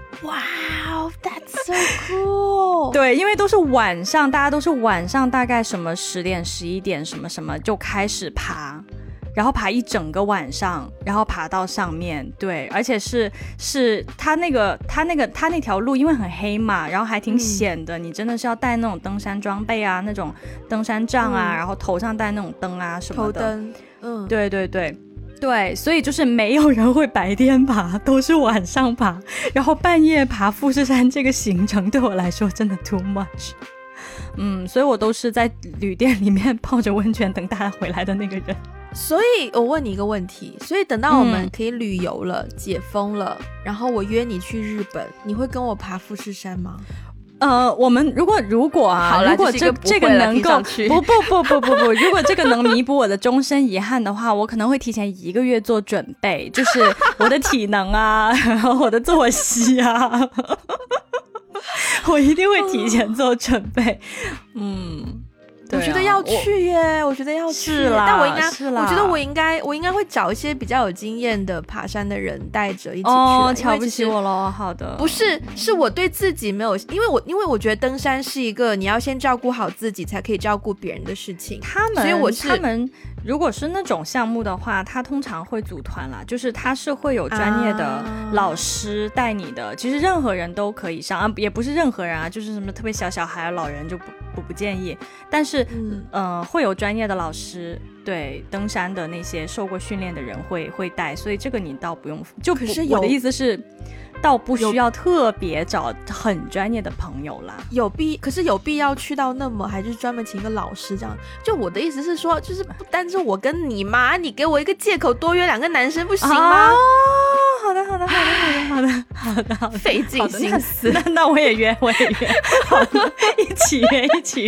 Wow, that's so cool 对，因为都是晚上，大家都是晚上大概什么十点十一点什么什么就开始爬，然后爬一整个晚上，然后爬到上面。对，而且是是他那个他那个他那条路因为很黑嘛，然后还挺险的、嗯、你真的是要带那种登山装备啊，那种登山杖啊、嗯、然后头上戴那种灯啊什么的， 头灯。嗯， 对对对对，所以就是没有人会白天爬，都是晚上爬，然后半夜爬富士山这个行程对我来说真的 too much。 嗯，所以我都是在旅店里面泡着温泉等大家回来的那个人。 所以我问你一个问题，所以等到我们可以旅游了、嗯、解封了，然后我约你去日本，你会跟我爬富士山吗？ 呃，我们如果如果啊，如果这这个能够不不不不不不，如果这个能弥补我的终身遗憾的话，我可能会提前一个月做准备，就是我的体能啊，然后我的作息啊，我一定会提前做准备。嗯。 我觉得要去耶，我, 我觉得要去。 是啦， 但我应该， 是啦， 我觉得我应该，我应该会找一些比较有经验的爬山的人带着一起去。 哦，瞧不起我咯。好的， 不是，是我对自己没有，因为我因为我觉得登山是一个你要先照顾好自己，才可以照顾别人的事情。 他们， 所以我是他们。如果是那种项目的话，他通常会组团啦，就是他是会有专业的老师带你的、啊、其实任何人都可以上啊，也不是任何人啊，就是什么特别小小孩老人就不不不建议，但是嗯、呃、会有专业的老师，对，登山的那些受过训练的人会会带，所以这个你倒不用，就不，可是我的意思是倒不需要特别找很专业的朋友啦。 有必可是有必要去到那么还是专门请一个老师这样？就我的意思是说，就是不单是我跟你嘛，你给我一个借口多约两个男生不行吗？ 哦，好的好的好的好的好的好的， 费尽心思。 那那我也约我也约，好的，一起约一起约。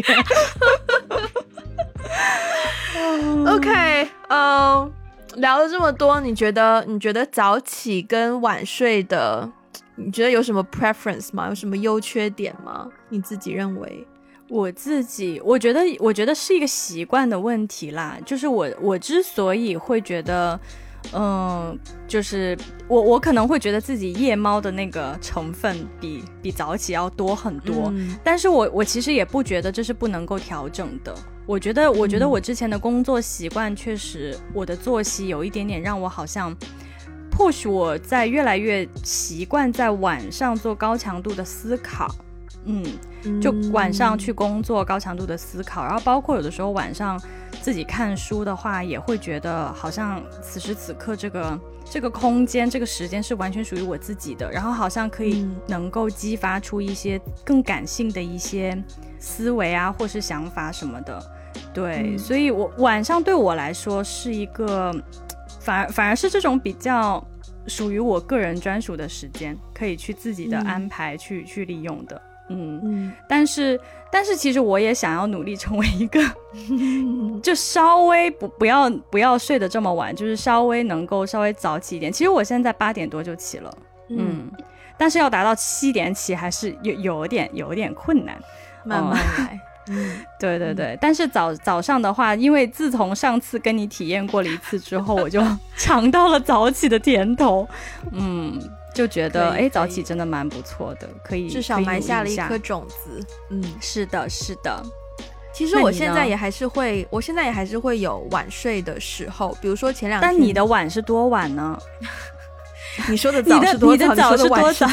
OK， 嗯、呃，聊了这么多，你觉得你觉得早起跟晚睡的，你觉得有什么 preference 吗？有什么优缺点吗？你自己认为？ 我自己我觉得我觉得是一个习惯的问题啦，就是我我之所以会觉得嗯，就是我我可能会觉得自己夜猫的那个成分比比早起要多很多、嗯、但是我我其实也不觉得这是不能够调整的。我觉得我觉得我之前的工作习惯确实、嗯、我的作息有一点点让我好像或许我在越来越习惯在晚上做高强度的思考，嗯，就晚上去工作高强度的思考，然后包括有的时候晚上自己看书的话也会觉得好像此时此刻这个这个空间这个时间是完全属于我自己的，然后好像可以能够激发出一些更感性的一些思维啊或是想法什么的。对、嗯、所以我晚上对我来说是一个反而反而是这种比较属于我个人专属的时间，可以去自己的安排、嗯、去去利用的。嗯, 嗯但是但是其实我也想要努力成为一个就稍微不不要不要睡得这么晚，就是稍微能够稍微早起一点。其实我现在八点多就起了， 嗯, 嗯但是要达到七点起还是有有点有点困难， 慢慢来。 嗯，对对对、嗯、但是早早上的话，因为自从上次跟你体验过了一次之后我就尝到了早起的甜头，嗯，就觉得哎，早起真的蛮不错的，可以至少埋下了一颗种子。嗯， 是的是的。 其实我现在也还是会我现在也还是会有晚睡的时候，比如说前两天。 但你的晚是多晚呢？ 你说的早是多早？ 你的早是多早？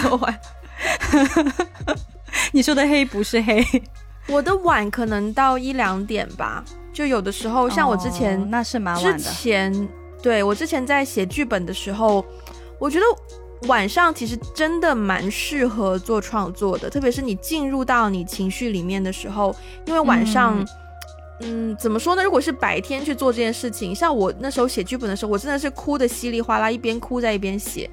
你说的黑不是黑。 我的晚可能到一两点吧，就有的时候像我之前、 哦、那是蛮晚的。 之前对我之前在写剧本的时候，我觉得晚上其实真的蛮适合做创作的，特别是你进入到你情绪里面的时候，因为晚上 嗯, 嗯怎么说呢，如果是白天去做这件事情，像我那时候写剧本的时候，我真的是哭的稀里哗啦，一边哭在一边写。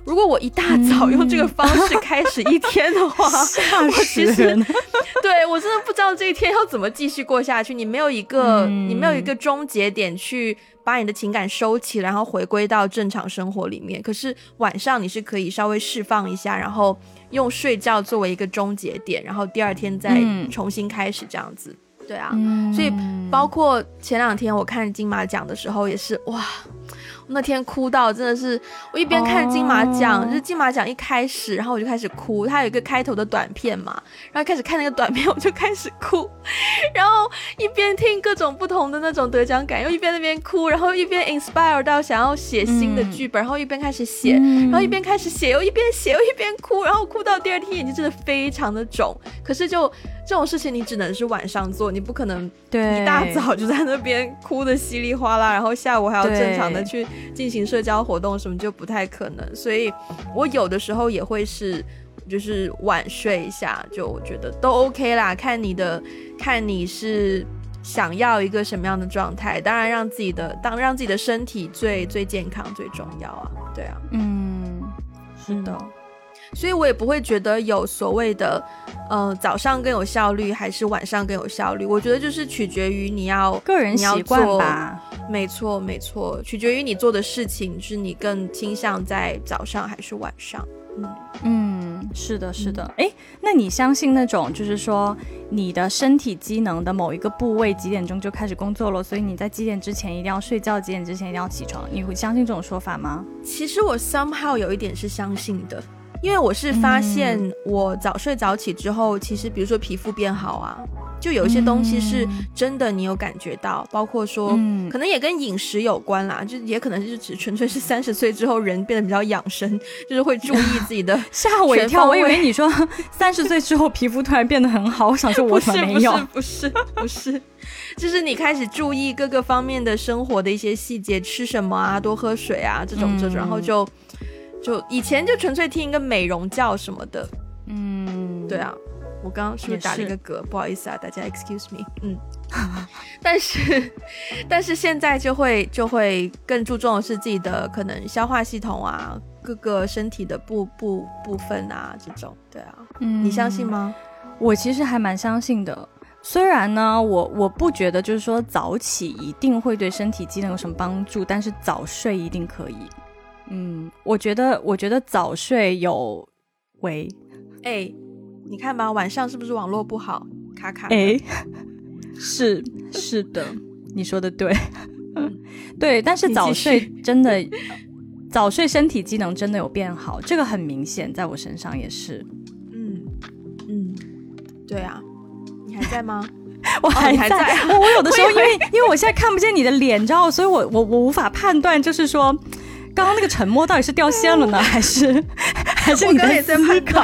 如果我一大早用这个方式开始一天的话， 嗯、 我其实对我真的不知道这一天要怎么继续过下去。你没有一个、嗯、你没有一个终结点去把你的情感收起，然后回归到正常生活里面。可是晚上你是可以稍微释放一下，然后用睡觉作为一个终结点，然后第二天再重新开始这样子。嗯、对啊、嗯，所以包括前两天我看金马奖的时候也是哇。那天哭到真的是，我一边看金马奖、oh. 就是金马奖一开始，然后我就开始哭，它有一个开头的短片嘛，然后开始看那个短片我就开始哭，然后一边听各种不同的那种得奖感，又一边那边哭，然后一边 inspire 到想要写新的剧本、嗯、然后一边开始写、嗯、然后一边开始写又一边写又一边哭，然后哭到第二天眼睛真的非常的肿。可是就这种事情你只能是晚上做，你不可能一大早就在那边哭的稀里哗啦，然后下午还要正常的去进行社交活动什么，就不太可能。所以我有的时候也会是就是晚睡一下，就我觉得都 OK 啦，看你的看你是想要一个什么样的状态，当然让自己的当让自己的身体最最健康最重要啊。对啊， 嗯，是的、嗯、 所以我也不会觉得有所谓的呃，早上更有效率还是晚上更有效率，我觉得就是取决于你要个人习惯吧。 没错没错，取决于你做的事情，就是你更倾向在早上还是晚上。嗯嗯，是的是的。哎、嗯，那你相信那种就是说你的身体机能的某一个部位几点钟就开始工作了，所以你在几点之前一定要睡觉，几点之前一定要起床，你会相信这种说法吗？ 其实我 somehow 有一点是相信的，因为我是发现我早睡早起之后、嗯、其实比如说皮肤变好啊，就有一些东西是真的你有感觉到、嗯、包括说、嗯、可能也跟饮食有关啦，就也可能是只纯粹是三十岁之后人变得比较养生，就是会注意自己的吓我一跳，我以为你说三十岁之后皮肤突然变得很好，我想说我怎么没有。 不是不是不是不是就是你开始注意各个方面的生活的一些细节，吃什么啊，多喝水啊，这种这种、嗯、然后就就以前就纯粹听一个美容觉什么的。嗯，对啊，我刚刚是不是打了一个嗝？不好意思啊，大家 excuse me。嗯，但是但是现在就会就会更注重的是自己的可能消化系统啊，各个身体的部部部分啊，这种。对啊，嗯，你相信吗？ 我其实还蛮相信的。虽然呢，我我不觉得就是说早起一定会对身体机能有什么帮助，但是早睡一定可以。嗯，我觉得我觉得早睡有喂， 哎、欸，你看吧，晚上是不是网络不好，卡卡的？ 哎、欸，是是的，你说的对，对，但是早睡真的，早睡身体机能真的有变好，这个很明显，在我身上也是。 嗯嗯，对啊，你还在吗？ 我还在，哦、还在我我有的时候因为因为我现在看不见你的脸，你知道，所以我我我无法判断，就是说。刚刚那个沉默到底是掉线了呢，还是还是你在思考？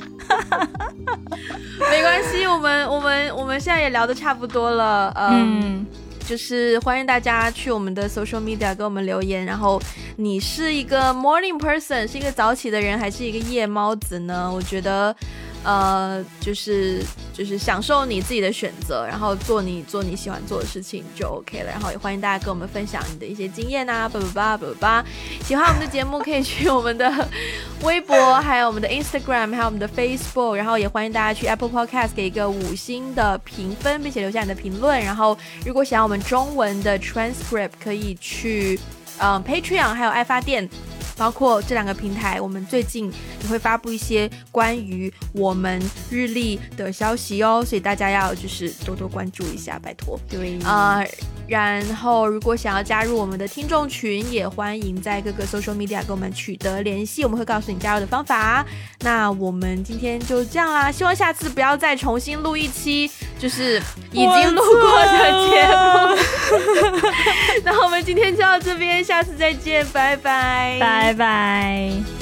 没关系，我们我们我们现在也聊得差不多了，嗯，嗯就是欢迎大家去我们的 social media 给我们留言，然后你是一个 morning person， 是一个早起的人，还是一个夜猫子呢？我觉得。呃，就是就是享受你自己的选择，然后做你做你喜欢做的事情就 OK 了。然后也欢迎大家跟我们分享你的一些经验啊，叭叭叭叭叭。喜欢我们的节目可以去我们的微博，还有我们的 Instagram， 还有我们的 Facebook。然后也欢迎大家去 Apple Podcast 给一个五星的评分，并且留下你的评论。然后如果想要我们中文的 transcript， 可以去嗯 Patreon 还有爱发电。包括这两个平台，我们最近也会发布一些关于我们日历的消息哦，所以大家要就是多多关注一下，拜托。 对啊、呃，然后如果想要加入我们的听众群，也欢迎在各个 social media 跟我们取得联系，我们会告诉你加入的方法。那我们今天就这样啦，希望下次不要再重新录一期就是已经录过的节目。那我们今天就到这边，下次再见，拜拜， 拜拜。